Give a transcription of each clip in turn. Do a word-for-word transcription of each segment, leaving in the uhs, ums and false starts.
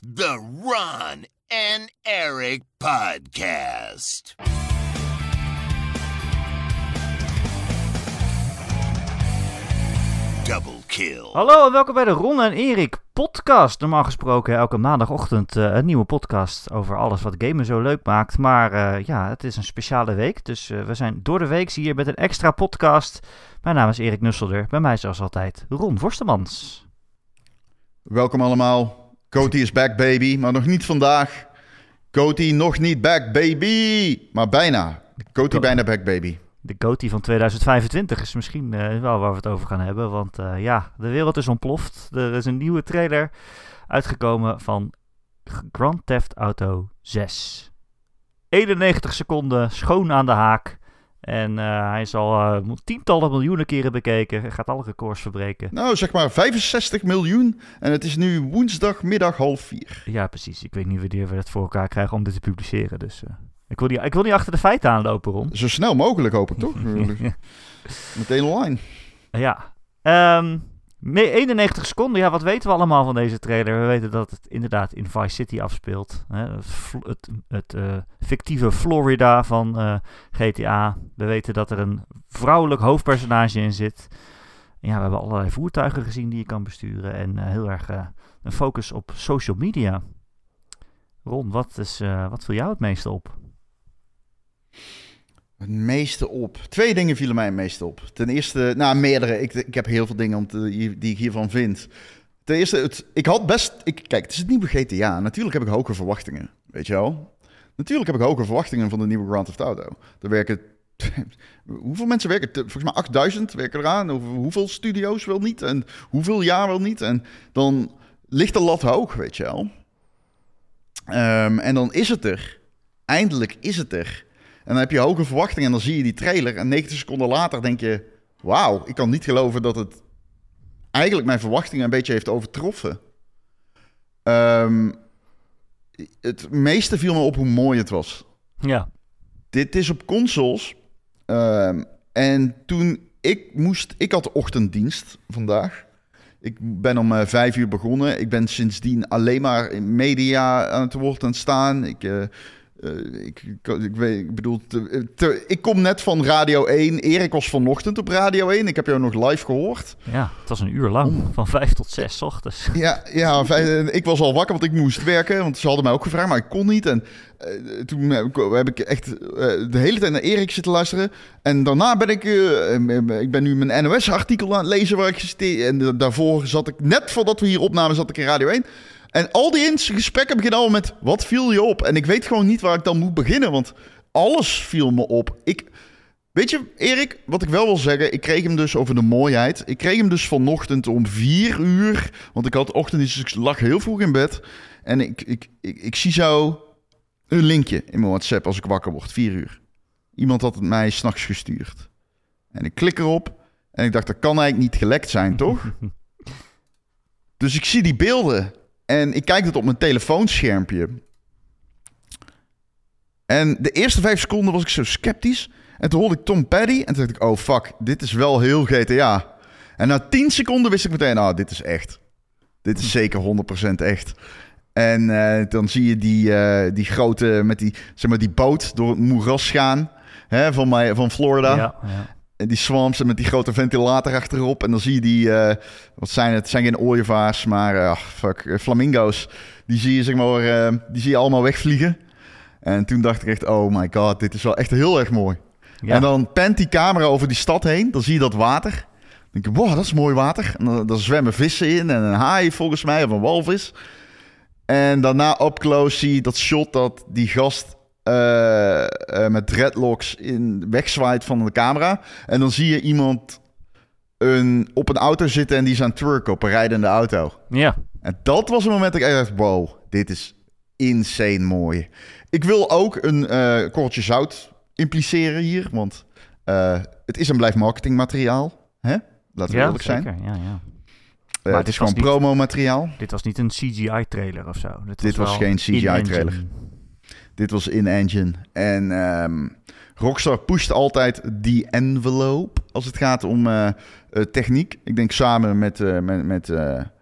The Ron and Eric Podcast. Double kill. Hallo en welkom bij de Ron en Erik Podcast. Normaal gesproken elke maandagochtend uh, een nieuwe podcast over alles wat gamen zo leuk maakt. Maar uh, ja, het is een speciale week. Dus uh, we zijn door de week hier met een extra podcast. Mijn naam is Erik Nusselder. Bij mij zoals altijd Ron Vorstemans. Welkom allemaal. Coty is back, baby. Maar nog niet vandaag. Coty nog niet back, baby. Maar bijna. Coty bijna back, baby. De Coty van tweeduizend vijfentwintig is misschien uh, wel waar we het over gaan hebben. Want uh, ja, de wereld is ontploft. Er is een nieuwe trailer uitgekomen van Grand Theft Auto zes. eenennegentig seconden, schoon aan de haak. En uh, hij is al uh, tientallen miljoenen keren bekeken. Hij gaat alle records verbreken. Nou, zeg maar vijfenzestig miljoen. En het is nu woensdagmiddag half vier. Ja, precies. Ik weet niet wanneer we het voor elkaar krijgen om dit te publiceren. Dus uh, ik, wil niet, ik wil niet achter de feiten aanlopen, Ron. Zo snel mogelijk, hoop ik, toch? Meteen online. Ja. Um, eenennegentig seconden. Ja, wat weten we allemaal van deze trailer? We weten dat het inderdaad in Vice City afspeelt. Hè? Het, het, het uh, fictieve Florida van uh, G T A. We weten dat er een vrouwelijk hoofdpersonage in zit. En ja, we hebben allerlei voertuigen gezien die je kan besturen. En uh, heel erg uh, een focus op social media. Ron, wat, is, uh, wat viel jou het meeste op? Het meeste op. Twee dingen vielen mij het meeste op. Ten eerste, nou meerdere. Ik, ik heb heel veel dingen om te, die ik hiervan vind. Ten eerste, het, ik had best... Ik, kijk, het is het nieuwe G T A. Natuurlijk heb ik hoge verwachtingen. Weet je wel? Natuurlijk heb ik hoge verwachtingen van de nieuwe Grand Theft Auto. Er werken... Hoeveel mensen werken? Volgens mij achtduizend werken eraan. Hoeveel studio's wel niet? En hoeveel jaar wel niet? En dan ligt de lat hoog, weet je wel. Um, en dan is het er. Eindelijk is het er. En dan heb je hoge verwachtingen en dan zie je die trailer. En negentig seconden later denk je... Wauw, ik kan niet geloven dat het eigenlijk mijn verwachtingen een beetje heeft overtroffen. Um, het meeste viel me op hoe mooi het was. Ja. Dit is op consoles. Um, en toen ik moest... Ik had ochtenddienst vandaag. Ik ben om uh, vijf uur begonnen. Ik ben sindsdien alleen maar in media aan het woord aan het staan. Ik... Uh, Uh, ik, ik, ik, weet, ik bedoel, te, te, ik kom net van Radio één. Erik was vanochtend op Radio één. Ik heb jou nog live gehoord. Ja, het was een uur lang. Van vijf tot zes 's ochtends. Ja, ja vijf, ik was al wakker, want ik moest werken. Want ze hadden mij ook gevraagd, maar ik kon niet. En uh, toen heb ik echt uh, de hele tijd naar Erik zitten luisteren. En daarna ben ik... Uh, ik ben nu mijn N O S-artikel aan het lezen waar ik gesteed. En daarvoor zat ik... Net voordat we hier opnamen, zat ik in Radio één. En al die gesprekken beginnen al met, wat viel je op? En ik weet gewoon niet waar ik dan moet beginnen, want alles viel me op. Ik, weet je, Erik, wat ik wel wil zeggen, ik kreeg hem dus over de mooiheid. Ik kreeg hem dus vanochtend om vier uur, want ik had ochtend, dus ik lag heel vroeg in bed. En ik, ik, ik, ik zie zo een linkje in mijn WhatsApp als ik wakker word, vier uur. Iemand had het mij 's nachts gestuurd. En ik klik erop en ik dacht, dat kan eigenlijk niet gelekt zijn, toch? Dus ik zie die beelden. En ik kijk het op mijn telefoonschermpje. En de eerste vijf seconden was ik zo sceptisch. En toen hoorde ik Tom Petty. En toen dacht ik, oh fuck, dit is wel heel G T A. En na tien seconden wist ik meteen, nou, dit is echt. Dit is zeker honderd procent echt. En uh, dan zie je die, uh, die grote, met die, zeg maar, die boot door het moeras gaan. Hè, van, mij, van Florida. Ja, ja. En die swamps met die grote ventilator achterop. En dan zie je die... Uh, wat zijn het? Het zijn geen ooievaars, maar... Uh, fuck, uh, flamingo's. Die zie je, zeg maar... Uh, die zie je allemaal wegvliegen. En toen dacht ik echt... Oh my god, dit is wel echt heel erg mooi. Ja. En dan pent die camera over die stad heen. Dan zie je dat water. Dan denk je... Wow, dat is mooi water. En dan, dan zwemmen vissen in. En een haai volgens mij. Of een walvis. En daarna up close zie je dat shot dat die gast... Uh, uh, met dreadlocks in wegzwaait van de camera. En dan zie je iemand een, op een auto zitten en die is aan het twerken op een rijdende auto. Ja. En dat was een moment dat ik echt dacht, wow, dit is insane mooi. Ik wil ook een uh, korreltje zout impliceren hier, want uh, het is en blijft marketingmateriaal. Hè? Laten we ja, eerlijk zijn. Zeker. Ja, ja. Uh, maar het is gewoon niet, promo-materiaal. Dit was niet een C G I-trailer of zo. Dit, dit was, was geen C G I-trailer. Dit was in-engine. En um, Rockstar pusht altijd die envelope als het gaat om uh, uh, techniek. Ik denk samen met, uh, met, met uh,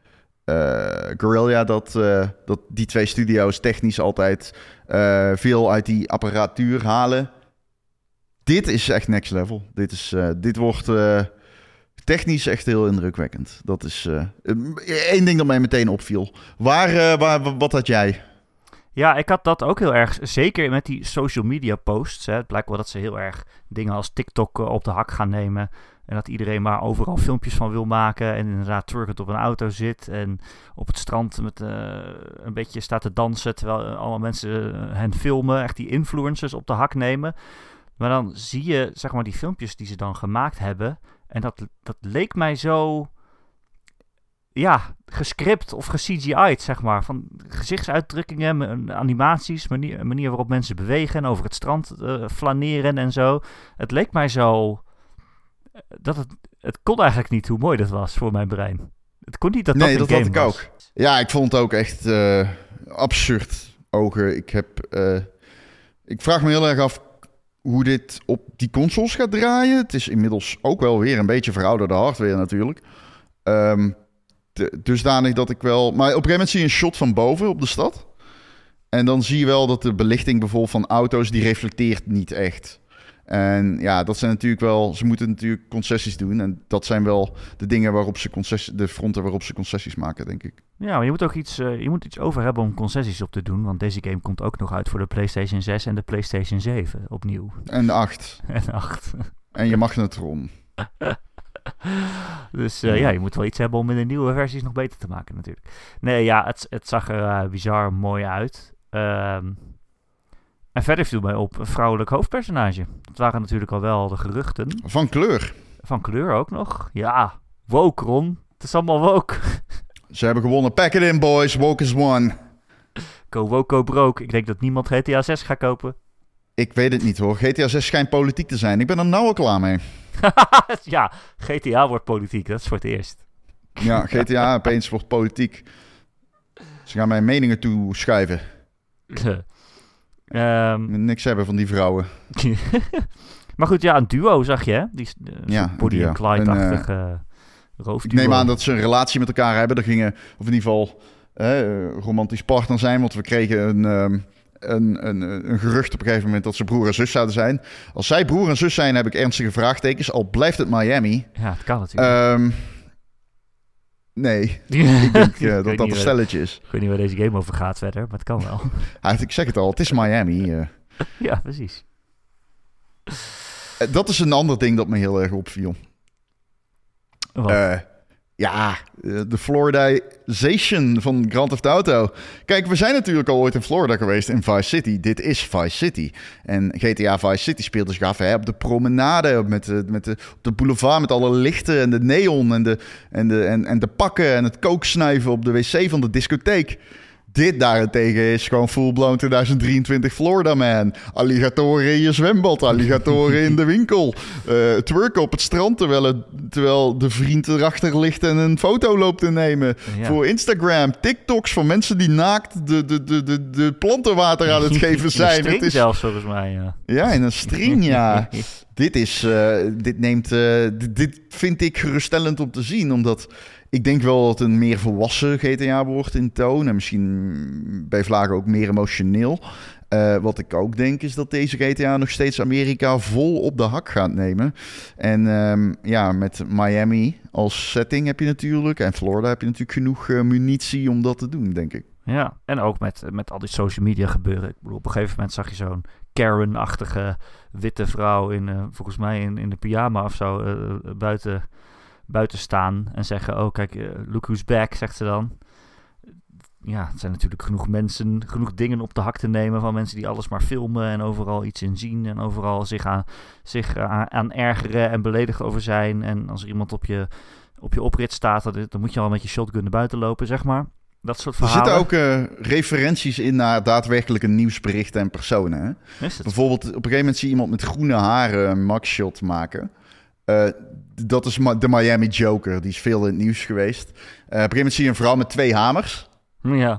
uh, Guerrilla, dat, uh, dat die twee studio's technisch altijd uh, veel uit die apparatuur halen. Dit is echt next level. Dit, is, uh, dit wordt uh, technisch echt heel indrukwekkend. Dat is uh, één ding dat mij meteen opviel. Waar, uh, waar, wat had jij? Ja, ik had dat ook heel erg. Zeker met die social media posts. Hè. Het blijkt wel dat ze heel erg dingen als TikTok uh, op de hak gaan nemen. En dat iedereen maar overal filmpjes van wil maken. En inderdaad twerkend op een auto zit. En op het strand met uh, een beetje staat te dansen. Terwijl uh, allemaal mensen uh, hen filmen. Echt die influencers op de hak nemen. Maar dan zie je, zeg maar, die filmpjes die ze dan gemaakt hebben. En dat, dat leek mij zo, ja, gescript of ge-C G I'd, zeg maar. Van gezichtsuitdrukkingen, animaties, manier, manier waarop mensen bewegen en over het strand uh, flaneren en zo. Het leek mij zo, dat het, het kon eigenlijk niet hoe mooi dat was voor mijn brein. Het kon niet dat dat nee, een dat game had ik was. ook. Ja, ik vond het ook echt uh, absurd ogen. Ik heb, uh, ik vraag me heel erg af hoe dit op die consoles gaat draaien. Het is inmiddels ook wel weer een beetje verouderde hardware natuurlijk. Um, te, dusdanig dat ik wel... Maar op een gegeven moment zie je een shot van boven op de stad. En dan zie je wel dat de belichting bijvoorbeeld van auto's, die reflecteert niet echt. En ja, dat zijn natuurlijk wel... Ze moeten natuurlijk concessies doen. En dat zijn wel de dingen waarop ze concessies... De fronten waarop ze concessies maken, denk ik. Ja, maar je moet ook iets, uh, je moet iets over hebben om concessies op te doen. Want deze game komt ook nog uit voor de PlayStation zes en de PlayStation zeven opnieuw. En de acht. En acht. En je magnetron. Dus uh, ja, je moet wel iets hebben om in de nieuwe versies nog beter te maken natuurlijk. Nee, ja, het, het zag er uh, bizar mooi uit. Um, en verder viel mij op een vrouwelijk hoofdpersonage. Dat waren natuurlijk al wel de geruchten. Van kleur. Van kleur ook nog. Ja, woke, Ron. Het is allemaal woke. Ze hebben gewonnen. Pack it in, boys. Woke is one. Go woke, go broke. Ik denk dat niemand G T A zes gaat kopen. Ik weet het niet hoor. G T A zes schijnt politiek te zijn. Ik ben er nou al klaar mee. Ja, G T A wordt politiek. Dat is voor het eerst. Ja, G T A opeens wordt politiek. Ze gaan mijn meningen toeschuiven. um, Niks hebben van die vrouwen. Maar goed, ja, een duo zag je, hè? Die uh, ja, Bonnie en Clyde-achtige uh, roofduo. Ik neem aan dat ze een relatie met elkaar hebben. Er gingen, of in ieder geval, uh, romantisch partner zijn. Want we kregen een, um, een, een, een gerucht op een gegeven moment dat ze broer en zus zouden zijn. Als zij broer en zus zijn, heb ik ernstige vraagtekens. Al blijft het Miami. Ja, het kan natuurlijk. Um, nee, ik denk uh, dat dat een stelletje is. Ik weet niet waar deze game over gaat verder, maar het kan wel. Ja, ik zeg het al, het is Miami. Uh. Ja, precies. Dat is een ander ding dat me heel erg opviel. Uh, ja, de Floridization van Grand Theft Auto. Kijk, we zijn natuurlijk al ooit in Florida geweest in Vice City. Dit is Vice City. En G T A Vice City speelde zich af hè, op de promenade, met de, met de, op de boulevard met alle lichten en de neon en de, en, de, en, en de pakken en het kooksnuiven op de wc van de discotheek. Dit daarentegen is gewoon full-blown twintig drieëntwintig Florida, man. Alligatoren in je zwembad, alligatoren in de winkel. Uh, twerken op het strand terwijl, het, terwijl de vriend erachter ligt en een foto loopt te nemen. Ja. Voor Instagram, TikToks van mensen die naakt de, de, de, de, de plantenwater aan het geven zijn. In een string het is zelfs, volgens mij, ja. Ja, in een string, ja. dit is, uh, dit neemt, uh, dit, dit vind ik geruststellend om te zien, omdat... Ik denk wel dat het een meer volwassen G T A wordt in toon. En misschien bij vlagen ook meer emotioneel. Uh, wat ik ook denk is dat deze G T A nog steeds Amerika vol op de hak gaat nemen. En um, ja, met Miami als setting heb je natuurlijk. En Florida heb je natuurlijk genoeg uh, munitie om dat te doen, denk ik. Ja, en ook met, met al die social media gebeuren. Ik bedoel, op een gegeven moment zag je zo'n Karen-achtige witte vrouw in, uh, volgens mij in, in de pyjama of zo, uh, buiten... buiten staan en zeggen, oh kijk, uh, look who's back, zegt ze dan. Ja, het zijn natuurlijk genoeg mensen, genoeg dingen op de hak te nemen van mensen die alles maar filmen en overal iets in zien en overal zich aan, zich aan, aan ergeren en beledigd over zijn. En als er iemand op je, op je oprit staat, dan, dan moet je al met je shotgun naar buiten lopen, zeg maar. Dat soort verhalen. Er zitten ook uh, referenties in naar daadwerkelijke nieuwsberichten en personen. Hè? Bijvoorbeeld, op een gegeven moment zie je iemand met groene haren een mugshot maken. Uh, dat is de Miami Joker. Die is veel in het nieuws geweest. Uh, op een gegeven moment zie je een vrouw met twee hamers. Ja.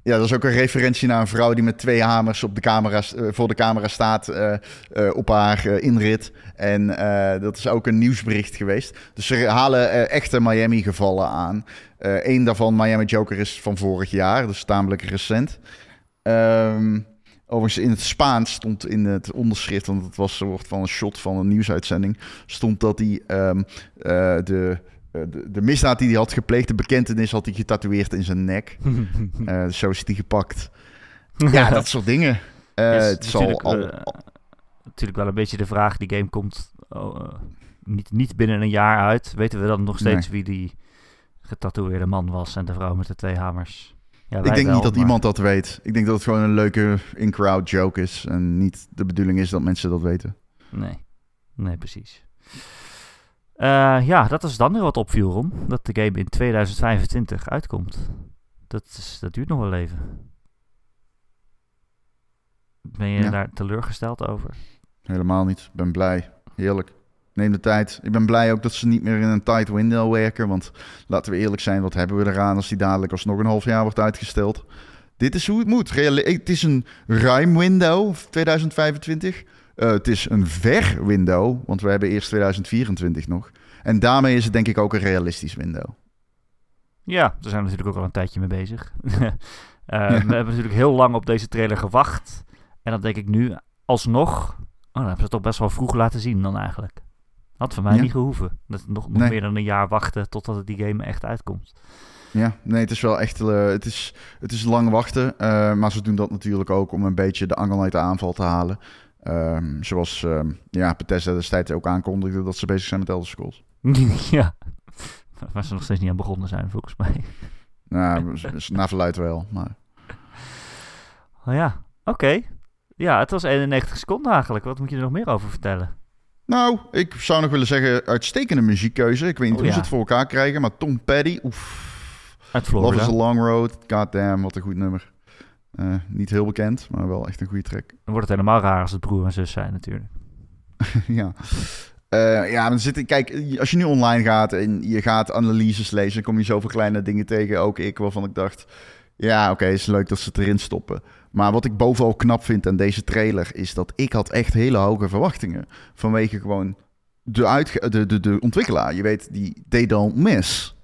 Ja, dat is ook een referentie naar een vrouw die met twee hamers op de camera, uh, voor de camera staat uh, uh, op haar uh, inrit. En uh, dat is ook een nieuwsbericht geweest. Dus ze halen uh, echte Miami-gevallen aan. Uh, Eén daarvan, Miami Joker, is van vorig jaar, dus tamelijk recent. Um, overigens in het Spaans stond in het onderschrift, want het was een soort van een shot van een nieuwsuitzending, stond dat hij um, uh, de... De, de misdaad die hij had gepleegd, de bekentenis, had hij getatoeëerd in zijn nek. uh, zo is hij gepakt. Ja, dat soort dingen. Uh, is het zal natuurlijk, al, uh, natuurlijk wel een beetje de vraag. Die game komt oh, uh, niet, niet binnen een jaar uit. Weten we dan nog steeds nee. wie die getatoeëerde man was en de vrouw met de twee hamers? Ja, ik denk wel, niet dat maar... iemand dat weet. Ik denk dat het gewoon een leuke in-crowd joke is. En niet de bedoeling is dat mensen dat weten. Nee, nee precies. Uh, ja, dat is dan weer wat opviel, Ron. Dat de game in tweeduizend vijfentwintig uitkomt. Dat, is, dat duurt nog wel even. Ben je ja. daar teleurgesteld over? Helemaal niet. Ik ben blij. Heerlijk. Neem de tijd. Ik ben blij ook dat ze niet meer in een tight window werken. Want laten we eerlijk zijn, wat hebben we eraan als die dadelijk alsnog een half jaar wordt uitgesteld? Dit is hoe het moet. Reali- het is een ruim window, tweeduizend vijfentwintig. Uh, het is een ver window, want we hebben eerst tweeduizend vierentwintig nog. En daarmee is het denk ik ook een realistisch window. Ja, daar zijn we natuurlijk ook al een tijdje mee bezig. uh, ja. We hebben natuurlijk heel lang op deze trailer gewacht. En dan denk ik nu alsnog... Oh, dan hebben ze het toch best wel vroeg laten zien dan eigenlijk. Had van mij ja. niet gehoeven. Dat nog, nog nee. meer dan een jaar wachten totdat die game echt uitkomt. Ja, nee, het is wel echt... Uh, het, is, het is lang wachten. Uh, maar ze doen dat natuurlijk ook om een beetje de angel uit de aanval te halen. Um, zoals um, ja, Bethesda destijds ook aankondigde dat ze bezig zijn met Elder Scrolls. Ja, waar ze nog steeds niet aan begonnen zijn, volgens mij. Nou, naar verluidt wel, maar... Oh ja, oké. Okay. Ja, het was eenennegentig seconden eigenlijk. Wat moet je er nog meer over vertellen? Nou, ik zou nog willen zeggen, uitstekende muziekkeuze. Ik weet niet oh, hoe ja. ze het voor elkaar krijgen, maar Tom Petty, oef. Uit Florida. Love is a Long Road, goddamn, wat een goed nummer. Uh, niet heel bekend, maar wel echt een goede track. Dan wordt het helemaal raar als het broer en zus zijn natuurlijk. ja. Uh, ja, dan zit, kijk, als je nu online gaat en je gaat analyses lezen, dan kom je zoveel kleine dingen tegen, ook ik, waarvan ik dacht, ja, oké, okay, is leuk dat ze het erin stoppen. Maar wat ik bovenal knap vind aan deze trailer is dat ik had echt hele hoge verwachtingen. Vanwege gewoon de, uitge- de, de, de ontwikkelaar. Je weet, die they don't miss.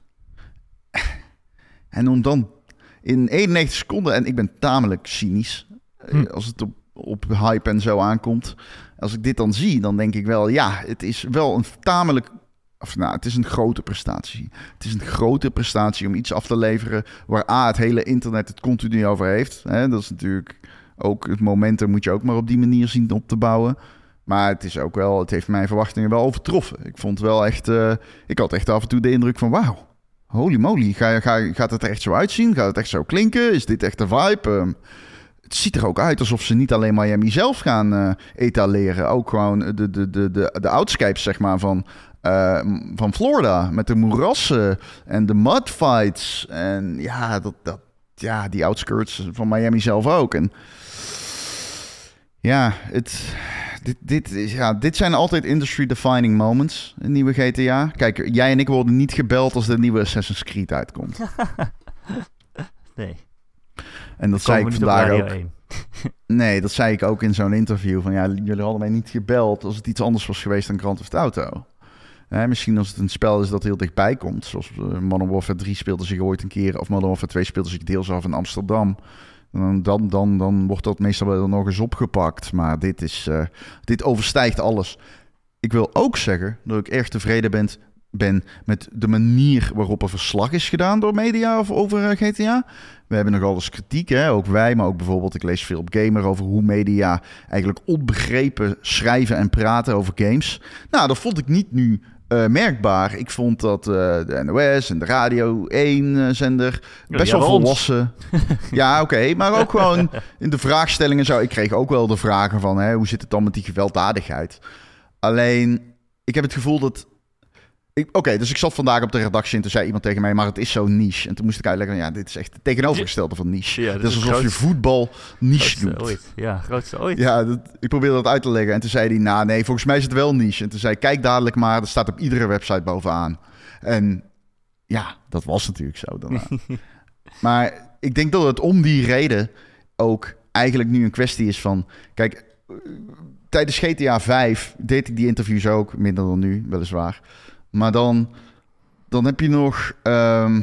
En om dan in eenennegentig seconden, en ik ben tamelijk cynisch, hm. als het op, op hype en zo aankomt. Als ik dit dan zie, dan denk ik wel, ja, het is wel een tamelijk... Of nou, het is een grote prestatie. Het is een grote prestatie om iets af te leveren waar A, het hele internet het continu over heeft. Hè? Dat is natuurlijk ook het momentum moet je ook maar op die manier zien op te bouwen. Maar het is ook wel, het heeft mijn verwachtingen wel overtroffen. Ik vond wel echt, uh, ik had echt af en toe de indruk van wauw, holy moly, ga, ga, gaat het er echt zo uitzien? Gaat het echt zo klinken? Is dit echt de vibe? Um, Het ziet er ook uit alsof ze niet alleen Miami zelf gaan uh, etaleren. Ook gewoon de, de, de, de, de outscapes, zeg maar, van, uh, van Florida. Met de moerassen en de mudfights. En ja, dat, dat, ja, die outskirts van Miami zelf ook. En ja, het, dit, dit, is, ja, dit zijn altijd industry-defining moments, een nieuwe G T A. Kijk, jij en ik worden niet gebeld als de nieuwe Assassin's Creed uitkomt. Nee. En dat zei ik vandaag ook. Nee, dat zei ik ook in zo'n interview. Van ja, jullie hadden mij niet gebeld als het iets anders was geweest dan Grand Theft Auto. Hè, misschien als het een spel is dat heel dichtbij komt. Zoals uh, Modern Warfare drie speelde zich ooit een keer. Of Modern Warfare twee speelde zich deels af in Amsterdam. Dan, dan, dan, dan wordt dat meestal wel nog eens opgepakt. Maar dit, is, uh, dit overstijgt alles. Ik wil ook zeggen dat ik erg tevreden ben... ben met de manier waarop er verslag is gedaan door media of over uh, G T A. We hebben nogal eens kritiek, hè? Ook wij, maar ook bijvoorbeeld, ik lees veel op Gamer over hoe media eigenlijk onbegrepen schrijven en praten over games. Nou, dat vond ik niet nu uh, merkbaar. Ik vond dat uh, de N O S en de Radio één zender best ja, wel volwassen... ja, oké, okay, maar ook gewoon in de vraagstellingen zo. Ik kreeg ook wel de vragen van, hè, hoe zit het dan met die gewelddadigheid? Alleen, ik heb het gevoel dat... Oké, okay, dus ik zat vandaag op de redactie en toen zei iemand tegen mij, maar het is zo niche. En toen moest ik uitleggen, ja, dit is echt het tegenovergestelde van niche. Ja, dat is alsof grootste, je voetbal niche noemt. Ooit. Ja, grootste ooit. Ja, dat, ik probeerde dat uit te leggen. En toen zei hij, nou nee, volgens mij is het wel niche. En toen zei hij, kijk dadelijk maar, dat staat op iedere website bovenaan. En ja, dat was natuurlijk zo daarna. Maar ik denk dat het om die reden ook eigenlijk nu een kwestie is van... Kijk, tijdens G T A vijf deed ik die interviews ook, minder dan nu, weliswaar. Maar dan, dan heb je nog... Um,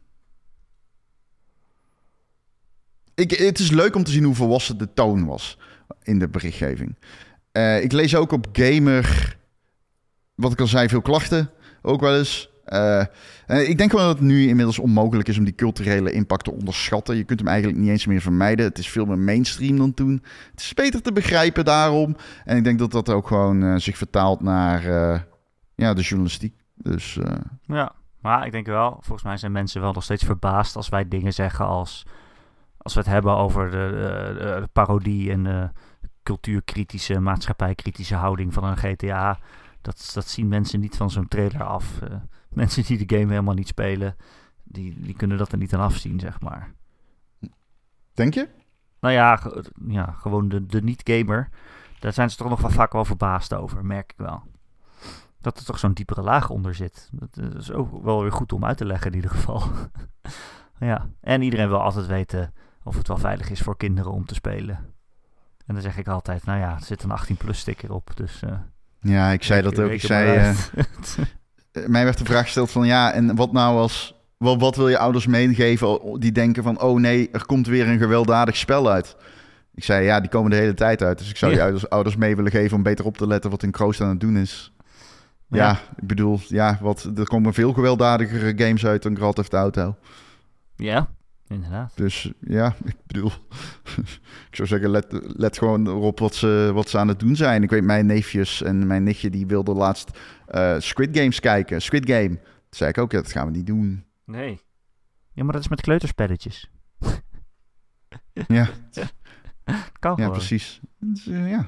ik, het is leuk om te zien hoe volwassen de toon was in de berichtgeving. Uh, ik lees ook op Gamer, wat ik al zei, veel klachten, ook wel eens... Uh, ik denk wel dat het nu inmiddels onmogelijk is om die culturele impact te onderschatten. Je kunt hem eigenlijk niet eens meer vermijden. Het is veel meer mainstream dan toen. Het is beter te begrijpen daarom. En ik denk dat dat ook gewoon uh, zich vertaalt naar uh, ja, de journalistiek. Dus, uh... Ja, maar ik denk wel, volgens mij zijn mensen wel nog steeds verbaasd als wij dingen zeggen als... Als we het hebben over de, de, de parodie en de cultuurkritische, maatschappijkritische houding van een G T A... Dat, dat zien mensen niet van zo'n trailer af. Uh, mensen die de game helemaal niet spelen, die, die kunnen dat er niet aan afzien, zeg maar. Denk je? Nou ja, ge, ja gewoon de, de niet-gamer. Daar zijn ze toch nog wel vaak wel verbaasd over, merk ik wel. Dat er toch zo'n diepere laag onder zit. Dat is ook wel weer goed om uit te leggen in ieder geval. Ja, en iedereen wil altijd weten of het wel veilig is voor kinderen om te spelen. En dan zeg ik altijd, nou ja, er zit een achttien plus sticker op, dus... Uh, Ja, ik zei dat ook. Ik zei, uh, mij werd de vraag gesteld van ja, en wat nou als... Wat, wat wil je ouders meegeven die denken van... oh nee, er komt weer een gewelddadig spel uit. Ik zei ja, die komen de hele tijd uit. Dus ik zou ja. die ouders, ouders mee willen geven om beter op te letten... wat in Kroost aan het doen is. Ja, ja ik bedoel, ja, wat, er komen veel gewelddadigere games uit dan Grand Theft Auto. Ja, inderdaad. Dus ja, ik bedoel... ik zou zeggen, let, let gewoon erop wat ze, wat ze aan het doen zijn. Ik weet, mijn neefjes en mijn nichtje... die wilden laatst uh, Squid Games kijken. Squid Game. Toen zei ik ook, ja, dat gaan we niet doen. Nee. Ja, maar dat is met kleuterspelletjes. Ja. Kan ja, gewoon. precies. Dus, uh, ja.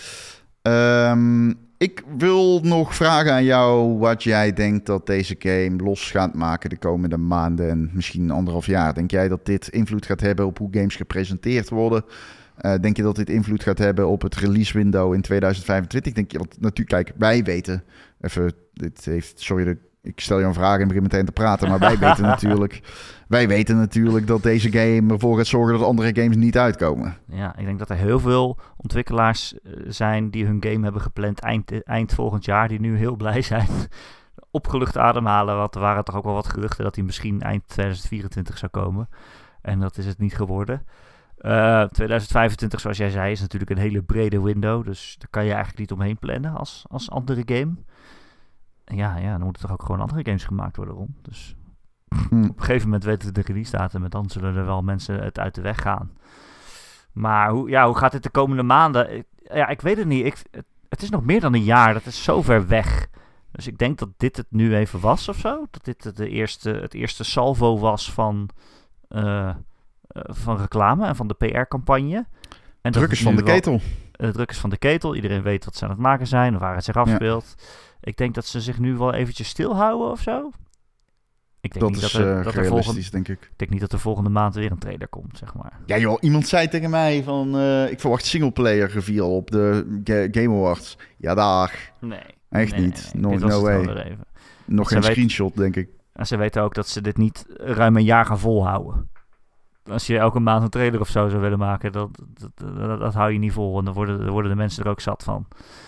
Um, ik wil nog vragen aan jou wat jij denkt dat deze game los gaat maken de komende maanden en misschien anderhalf jaar. Denk jij dat dit invloed gaat hebben op hoe games gepresenteerd worden? Uh, denk je dat dit invloed gaat hebben op het release window in tweeduizend vijfentwintig? Denk je dat natuurlijk, kijk, wij weten, even, dit heeft, sorry dat ik stel je een vraag en begin meteen te praten, maar wij weten natuurlijk, wij weten natuurlijk dat deze game ervoor gaat zorgen dat andere games niet uitkomen. Ja, ik denk dat er heel veel ontwikkelaars zijn die hun game hebben gepland eind, eind volgend jaar, die nu heel blij zijn. Opgelucht ademhalen, want er waren toch ook wel wat geruchten dat hij misschien eind tweeduizend vierentwintig zou komen. En dat is het niet geworden. Uh, tweeduizend vijfentwintig, zoals jij zei, is natuurlijk een hele brede window, dus daar kan je eigenlijk niet omheen plannen als, als andere game. Ja, ja, dan moeten er ook gewoon andere games gemaakt worden rond. Dus hm. op een gegeven moment weten we de release datum en dan zullen er wel mensen het uit de weg gaan. Maar hoe, ja, hoe gaat dit de komende maanden? Ik, ja, ik weet het niet. Ik, het, het is nog meer dan een jaar. Dat is zo ver weg. Dus ik denk dat dit het nu even was of zo. Dat dit de eerste, het eerste salvo was van, uh, uh, van reclame en van de P R-campagne. En druk is van de ketel. Uh, druk is van de ketel. Iedereen weet wat ze aan het maken zijn of waar het zich afspeelt. Ja. Ik denk dat ze zich nu wel eventjes stilhouden of zo. Ik denk dat niet is dat er, uh, dat realistisch, er volgende, denk ik. Ik denk niet dat er volgende maand weer een trailer komt, zeg maar. Ja joh, iemand zei tegen mij van... Uh, ik verwacht singleplayer reveal op de Ga- Game Awards. Ja, dag. Nee. Echt nee, niet. Nee, nee. No, no way. Even. Nog geen screenshot, weet, denk ik. En ze weten ook dat ze dit niet ruim een jaar gaan volhouden. Als je elke maand een trailer of zo zou willen maken, dat, dat, dat, dat hou je niet vol. En dan worden, dan worden de mensen er ook zat van.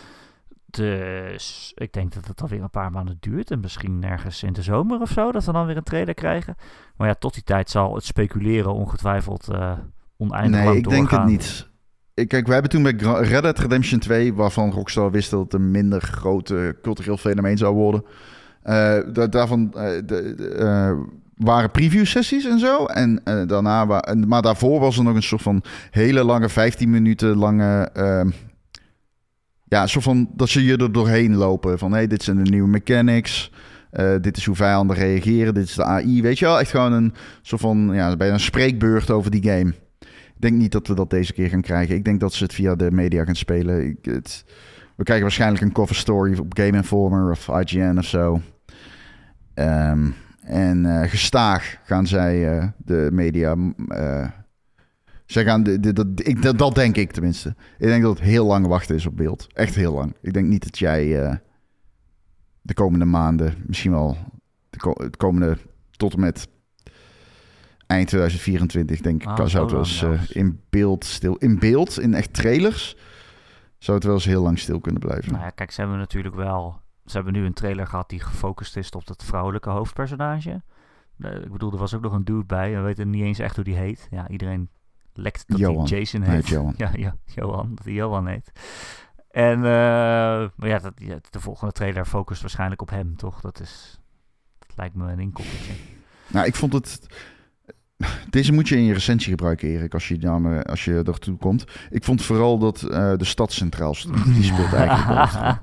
Dus ik denk dat het alweer een paar maanden duurt. En misschien ergens in de zomer of zo, dat we dan weer een trailer krijgen. Maar ja, tot die tijd zal het speculeren ongetwijfeld uh, oneindig nee, lang ik doorgaan. denk het niet. Ik, kijk, we hebben toen bij Red Dead Redemption twee, waarvan Rockstar wist dat het een minder grote cultureel fenomeen zou worden. Uh, da- daarvan uh, de, de, uh, waren preview sessies en zo. En uh, daarna, wa- maar daarvoor was er nog een soort van hele lange, vijftien minuten lange... Uh, Ja, zo van dat ze je er doorheen lopen. Van, hé, hey, dit zijn de nieuwe mechanics. Uh, dit is hoe vijanden reageren. Dit is de A I, weet je wel. Echt gewoon een soort van, ja, bijna een spreekbeurt over die game. Ik denk niet dat we dat deze keer gaan krijgen. Ik denk dat ze het via de media gaan spelen. Ik, het, we krijgen waarschijnlijk een cover story op Game Informer of I G N of zo. Um, en uh, gestaag gaan zij uh, de media... Uh, Zij gaan de, de, de, ik, dat, dat denk ik tenminste. Ik denk dat het heel lang wachten is op beeld. Echt heel lang. Ik denk niet dat jij uh, de komende maanden, misschien wel de, ko- de komende tot en met eind twintig vierentwintig, denk ik. Ah, zou zo het wel lang eens uh, zelfs. in beeld stil... In beeld, in echt trailers... zou het wel eens heel lang stil kunnen blijven. Nou ja, kijk, ze hebben natuurlijk wel... Ze hebben nu een trailer gehad die gefocust is op het vrouwelijke hoofdpersonage. Uh, ik bedoel, er was ook nog een dude bij. We weten niet eens echt hoe die heet. Ja, iedereen lekt dat Johan. hij Jason Nee, heet. Johan. Ja, ja, Johan. Dat hij Johan heet. En uh, maar ja, dat, ja, de volgende trailer focust waarschijnlijk op hem, toch? Dat is... Dat lijkt me een inkoppertje. Nou, ik vond het... Deze moet je in je recensie gebruiken, Erik, als je, nou, als je ertoe komt. Ik vond vooral dat uh, de stad centraal stond. Die speelt eigenlijk wel echt.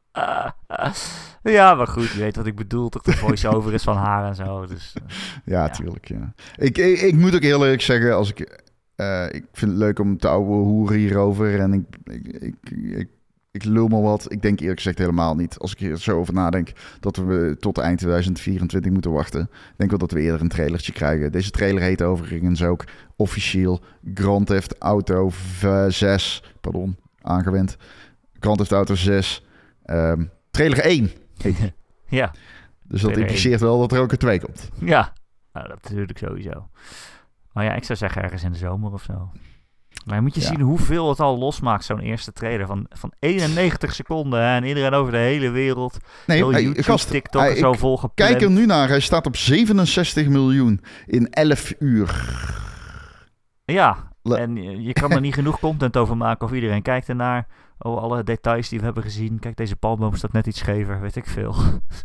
Ja, maar goed, je weet wat ik bedoel. Toch de voice-over is van haar en zo. Dus, uh, ja, ja, tuurlijk. Ja. Ik, ik, ik moet ook heel eerlijk zeggen, als ik, uh, ik vind het leuk om te ouwe hoeren hierover. En ik, ik, ik, ik, ik lul maar wat. Ik denk eerlijk gezegd helemaal niet. Als ik er zo over nadenk dat we tot eind twintig vierentwintig moeten wachten. Ik denk wel dat we eerder een trailertje krijgen. Deze trailer heet overigens ook officieel Grand Theft Auto zes. Pardon, aangewend. Grand Theft Auto zes. Um, trailer één. Hey. Ja. Dus dat impliceert wel dat er ook een twee komt. Ja, nou, dat natuurlijk sowieso. Maar ja, ik zou zeggen ergens in de zomer of zo. Maar moet je ja. zien hoeveel het al losmaakt, zo'n eerste trailer van, van eenennegentig seconden. Hè, en iedereen over de hele wereld. Nee, heel hij, YouTube, gast, TikTok hij, en zo volgepland. Kijk er nu naar. Hij staat op zevenenzestig miljoen in elf uur. Ja, en je kan er niet genoeg content over maken of iedereen kijkt ernaar. Oh, alle details die we hebben gezien. Kijk, deze palmboom staat net iets schever, weet ik veel.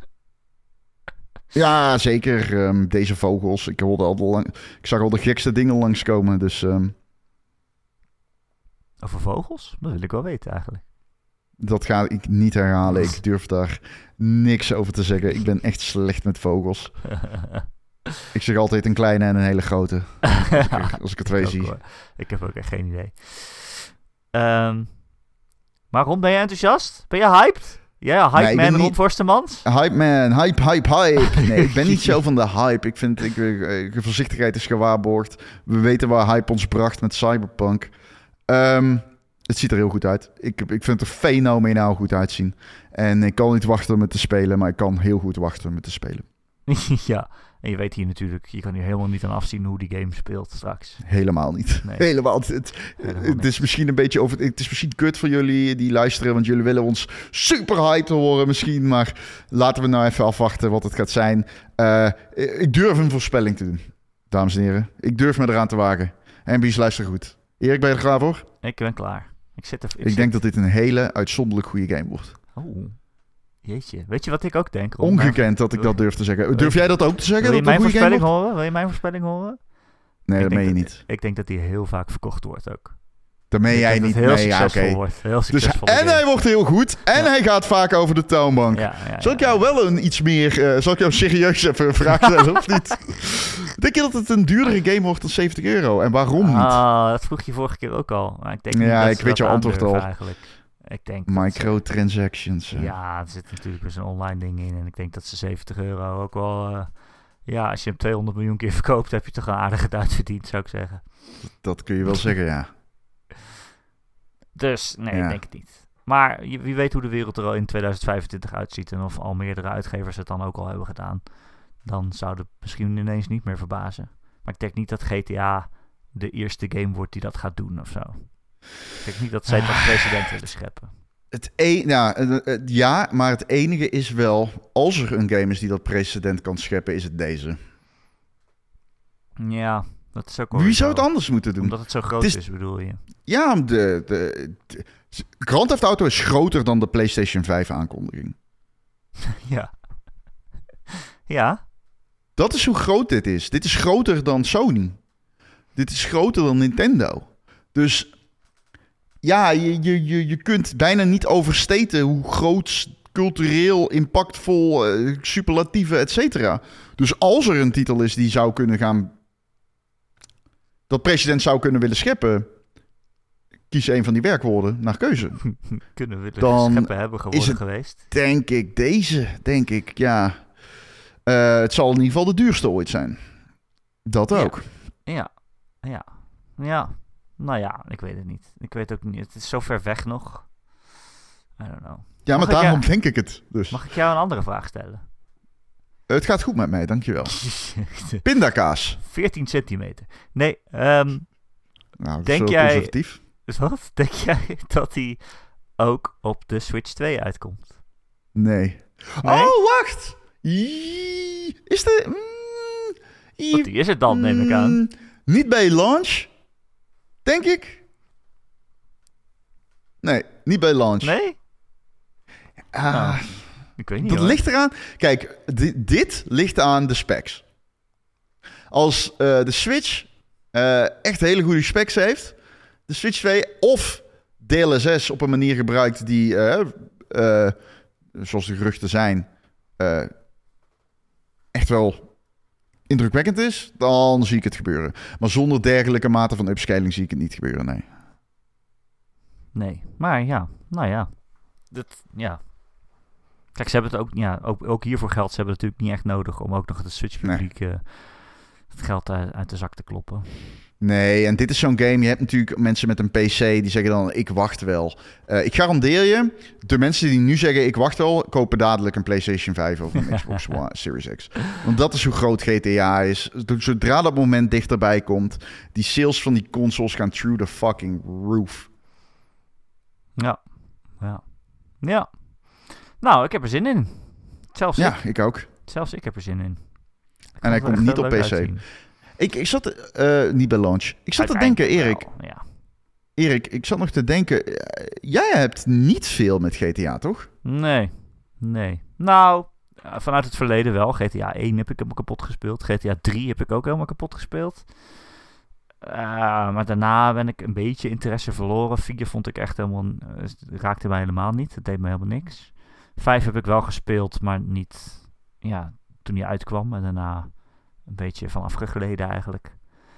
Ja, zeker. Um, deze vogels. Ik, hoorde al de lang... ik zag al de gekste dingen langskomen, dus... Um... Over vogels? Dat wil ik wel weten eigenlijk. Dat ga ik niet herhalen. Ik durf daar niks over te zeggen. Ik ben echt slecht met vogels. Ik zeg altijd een kleine en een hele grote. Als ik er, als ik er twee ik zie. Ook, ik heb ook echt geen idee. Um, maar Ron, ben je enthousiast? Ben je hyped? Ja, hype nee, man Ron niet... Forstemans? Hype man, hype, hype, hype. Nee, ik ben niet zo van de hype. Ik vind, ik, uh, voorzichtigheid is gewaarborgd. We weten waar hype ons bracht met Cyberpunk. Um, het ziet er heel goed uit. Ik, ik vind het er fenomenaal goed uitzien. En ik kan niet wachten met te spelen, maar ik kan heel goed wachten met te spelen. Ja, en je weet hier natuurlijk, je kan hier helemaal niet aan afzien hoe die game speelt straks. Helemaal niet. Nee. Helemaal. Het, het, helemaal het is misschien een beetje over. Het is misschien kut voor jullie die luisteren, want jullie willen ons super hyped horen misschien. Maar laten we nou even afwachten wat het gaat zijn. Uh, ik durf een voorspelling te doen, dames en heren. Ik durf me eraan te wagen. En Bies, luister goed. Erik, ben je er klaar voor? Ik ben klaar. Ik, zit er, ik, ik zit... denk dat dit een hele uitzonderlijk goede game wordt. Oh. Jeetje, weet je wat ik ook denk? Ongekend mijn... dat ik dat durf te zeggen. Durf jij dat ook te zeggen? Wil je dat mijn voorspelling horen? Wil je mijn voorspelling horen? Nee, ik dat meen je dat, niet. Ik denk dat die heel vaak verkocht wordt ook. Dat meen jij niet. Heel nee, succesvol ja, okay. wordt. Heel succesvol. Dus, en hij wordt heel goed. En ja. hij gaat vaak over de toonbank. Ja, ja, zal ik jou ja. wel een iets meer... Uh, zal ik jou serieus even een vraag stellen of niet? Denk je dat het een duurdere game wordt dan zeventig euro? En waarom niet? Ah, dat vroeg je vorige keer ook al. Maar ik denk ja, niet ik weet jouw antwoord al. Eigenlijk. Ik denk Microtransactions. Ze, ja, er zit natuurlijk weer zo'n online ding in. En ik denk dat ze zeventig euro ook wel... Uh, ja, als je hem tweehonderd miljoen keer verkoopt, heb je toch een aardige tijd verdiend, zou ik zeggen. Dat, dat kun je wel zeggen, ja. Dus, nee, ja. ik denk het niet. Maar wie weet hoe de wereld er al in tweeduizend vijfentwintig uitziet... en of al meerdere uitgevers het dan ook al hebben gedaan... dan zou het misschien ineens niet meer verbazen. Maar ik denk niet dat G T A de eerste game wordt die dat gaat doen of zo. Ik denk niet dat zij dat precedent willen scheppen. Het e- nou, ja, maar het enige is wel... als er een game is die dat precedent kan scheppen, is het deze. Ja, dat is ook wel... Wie zou het anders moeten doen? Omdat het zo groot het is, is, bedoel je? Ja, de, de, de Grand Theft Auto is groter dan de PlayStation vijf aankondiging. Ja. Ja. Dat is hoe groot dit is. Dit is groter dan Sony. Dit is groter dan Nintendo. Dus ja, je, je, je, je kunt bijna niet overstaten hoe groot, cultureel, impactvol, uh, superlatieve, et cetera. Dus als er een titel is die zou kunnen gaan... dat president zou kunnen willen scheppen... kies een van die werkwoorden naar keuze. Kunnen willen dan scheppen hebben geworden is het, geweest. Denk ik deze, denk ik, ja. Uh, het zal in ieder geval de duurste ooit zijn. Dat ook. Ja, ja, ja. ja. Nou ja, ik weet het niet. Ik weet ook niet. Het is zo ver weg nog. I don't know. Ja, mag maar daarom jou, denk ik het dus. Mag ik jou een andere vraag stellen? Het gaat goed met mij, dankjewel. Pindakaas. veertien centimeter. Nee, um, nou, denk zo jij... conservatief. Wat? Denk jij dat hij ook op de Switch twee uitkomt? Nee. Nee? Oh, wacht! Jee, is de... Mm, jee, Wat die is het dan, neem ik aan. mm, niet bij launch, denk ik. Nee, niet bij launch. Nee? Ah, Nou, ik weet niet dat hoor. ligt eraan... Kijk, di- dit ligt aan de specs. Als uh, de Switch uh, echt hele goede specs heeft... de Switch twee of D L S S op een manier gebruikt die... Uh, uh, zoals de geruchten zijn... Uh, echt wel indrukwekkend is... dan zie ik het gebeuren. Maar zonder dergelijke mate van upscaling zie ik het niet gebeuren, nee. Nee, maar ja, nou ja. Dat, ja. Kijk, ze hebben het ook, ja, ook, ook hiervoor geld. Ze hebben het natuurlijk niet echt nodig om ook nog het Switch-publiek nee. uh, het geld uit, uit de zak te kloppen. Nee, en dit is zo'n game. Je hebt natuurlijk mensen met een P C die zeggen dan, ik wacht wel. Uh, ik garandeer je, de mensen die nu zeggen, ik wacht wel, kopen dadelijk een PlayStation vijf of een Xbox One Series X. Want dat is hoe groot G T A is. Zodra dat moment dichterbij komt, die sales van die consoles gaan through the fucking roof. Ja, ja. Ja. Nou, ik heb er zin in. Zelfs ja, ik. ik ook. Zelfs ik heb er zin in. En hij komt niet op P C. Ik, ik zat... Uh, niet bij launch. Ik zat te denken, Erik... Wel, ja. Erik, ik zat nog te denken... Uh, jij hebt niet veel met G T A, toch? Nee. Nee. Nou, uh, vanuit het verleden wel. G T A één heb ik helemaal kapot gespeeld. G T A drie heb ik ook helemaal kapot gespeeld. Uh, maar daarna ben ik een beetje interesse verloren. vier vond ik echt helemaal... Uh, raakte mij helemaal niet. Het deed me helemaal niks. vijf heb ik wel gespeeld, maar niet... Ja, toen hij uitkwam. En daarna een beetje van afgegleden eigenlijk.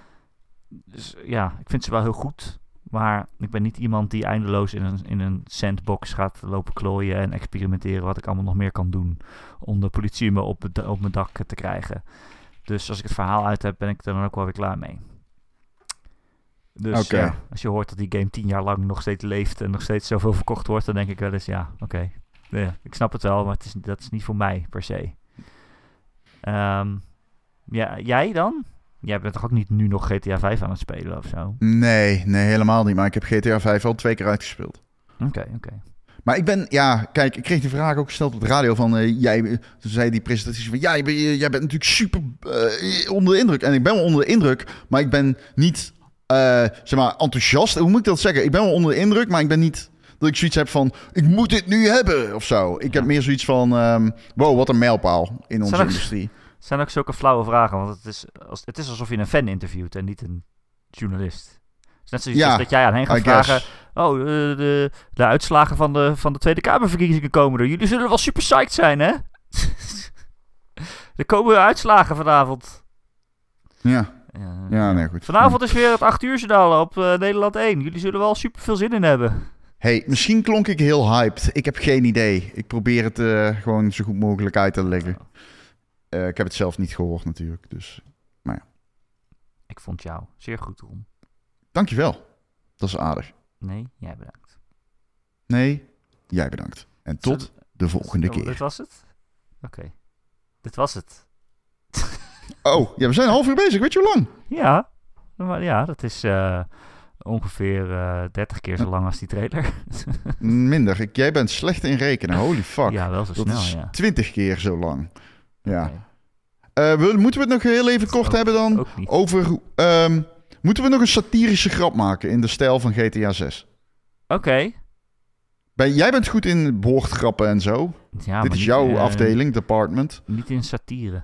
Dus ja, ik vind ze wel heel goed. Maar ik ben niet iemand die eindeloos in een, in een sandbox gaat lopen klooien en experimenteren wat ik allemaal nog meer kan doen. Om de politie me op, de, op mijn dak te krijgen. Dus als ik het verhaal uit heb, ben ik er dan ook wel weer klaar mee. Dus okay. ja, als je hoort dat die game tien jaar lang nog steeds leeft en nog steeds zoveel verkocht wordt, dan denk ik wel eens, ja, oké. Okay. Ja, ik snap het wel, maar het is, dat is niet voor mij per se. Um, ja, jij dan? Jij bent toch ook niet nu nog G T A vijf aan het spelen of zo? Nee, nee, helemaal niet. Maar ik heb G T A vijf al twee keer uitgespeeld. Oké, okay, oké. Okay. Maar ik ben, ja, kijk, ik kreeg die vraag ook gesteld op de radio van, uh, jij, toen zei die presentatie van, ja, jij bent, jij bent natuurlijk super uh, onder de indruk. En ik ben wel onder de indruk, maar ik ben niet, uh, zeg maar, enthousiast. Hoe moet ik dat zeggen? Ik ben wel onder de indruk, maar ik ben niet dat ik zoiets heb van, ik moet dit nu hebben of zo. Ik ja. heb meer zoiets van, um, wow, wat een mijlpaal in onze zijn industrie. Het zijn ook zulke flauwe vragen, want het is, als, het is alsof je een fan interviewt en niet een journalist. Het is net zoiets ja, als dat jij aan hen gaat I vragen, guess. oh, uh, de, de uitslagen van de, van de Tweede Kamerverkiezingen komen er. Jullie zullen wel super psyched zijn, hè? Er komen uitslagen vanavond. Ja. Ja, ja nee, goed. Vanavond is weer het acht uur journaal op uh, Nederland één. Jullie zullen wel super veel zin in hebben. Hey, misschien klonk ik heel hyped. Ik heb geen idee. Ik probeer het uh, gewoon zo goed mogelijk uit te leggen. Uh, ik heb het zelf niet gehoord natuurlijk, dus... Maar ja. Ik vond jou zeer goed, Ron. Dankjewel. Dat is aardig. Nee, jij bedankt. Nee, jij bedankt. En tot Zo, de volgende oh, keer. Dit was het? Oké. Okay. Dit was het. Oh, ja, we zijn een half uur bezig. Weet je hoe lang? Ja, maar ja, dat is uh, ongeveer uh, dertig keer zo lang als die trailer. Minder. Ik, jij bent slecht in rekenen. Holy fuck. Ja, wel zo dat snel, is ja. twintig keer zo lang. Ja. Okay. Uh, we, moeten we het nog heel even kort ook, hebben dan? Over... Um, moeten we nog een satirische grap maken in de stijl van G T A zes? Oké. Okay. Ben, jij bent goed in woordgrappen en zo. Ja, Dit is niet, jouw uh, afdeling, department. Niet in satire.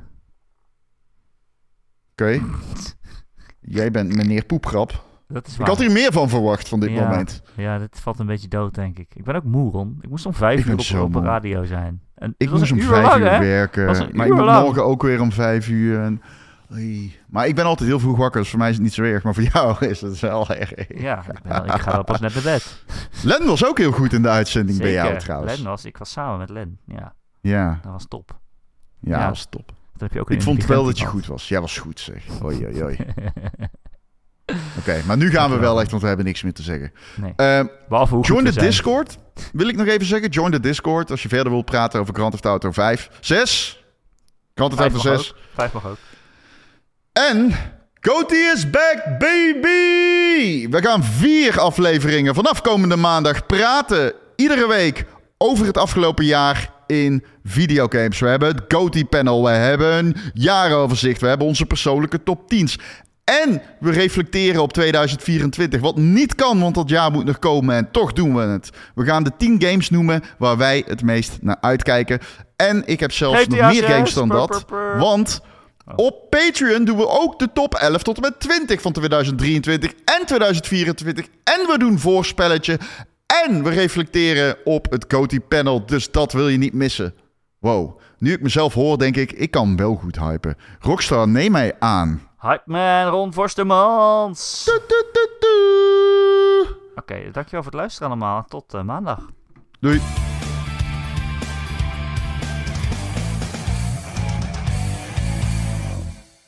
Oké. Okay. Jij bent meneer Poepgrap. Dat is ik had hier meer van verwacht van dit ja, moment. Ja, dit valt een beetje dood, denk ik. Ik ben ook moe, Ron. Ik moest om vijf uur op, op de radio zijn. En ik moest om vijf lang, uur hè? werken. Maar ik moet lang. morgen ook weer om vijf uur. En... Maar ik ben altijd heel vroeg wakker, dus voor mij is het niet zo erg. Maar voor jou is het wel erg. Ja, ik, ben, ik ga wel pas net naar bed. Len was ook heel goed in de uitzending Zeker. bij jou trouwens. Len was, ik was samen met Len, ja. Ja. Dat was top. Ja, ja. dat was top. Dat heb je ook ik vond wel dat je goed was. Jij was goed, zeg. Oei, oei, oei. Oké, okay, maar nu gaan we wel echt, want we hebben niks meer te zeggen. Nee. Uh, Behalve hoe join goed de we Discord. zijn. Wil ik nog even zeggen. Join de Discord als je verder wilt praten over Grand Theft Auto vijf. zes. Grand Theft Auto zes. Vijf mag ook. En Goaty is back, baby! We gaan vier afleveringen vanaf komende maandag praten. Iedere week over het afgelopen jaar in videogames. We hebben het Goaty panel. We hebben een jaaroverzicht. We hebben onze persoonlijke top tien's. En we reflecteren op tweeduizend vierentwintig. Wat niet kan, want dat jaar moet nog komen. En toch doen we het. We gaan de tien games noemen waar wij het meest naar uitkijken. En ik heb zelfs nog meer games dan dat. Want op Patreon doen we ook de top elf tot en met twintig van tweeduizend drieëntwintig en tweeduizend vierentwintig. En we doen voorspelletje. En we reflecteren op het Goaty panel. Dus dat wil je niet missen. Wow. Nu ik mezelf hoor, denk ik, ik kan wel goed hypen. Rockstar, neem mij aan. Hype man, Ron Forstemans. Oké, okay, dankjewel voor het luisteren allemaal. Tot uh, maandag. Doei.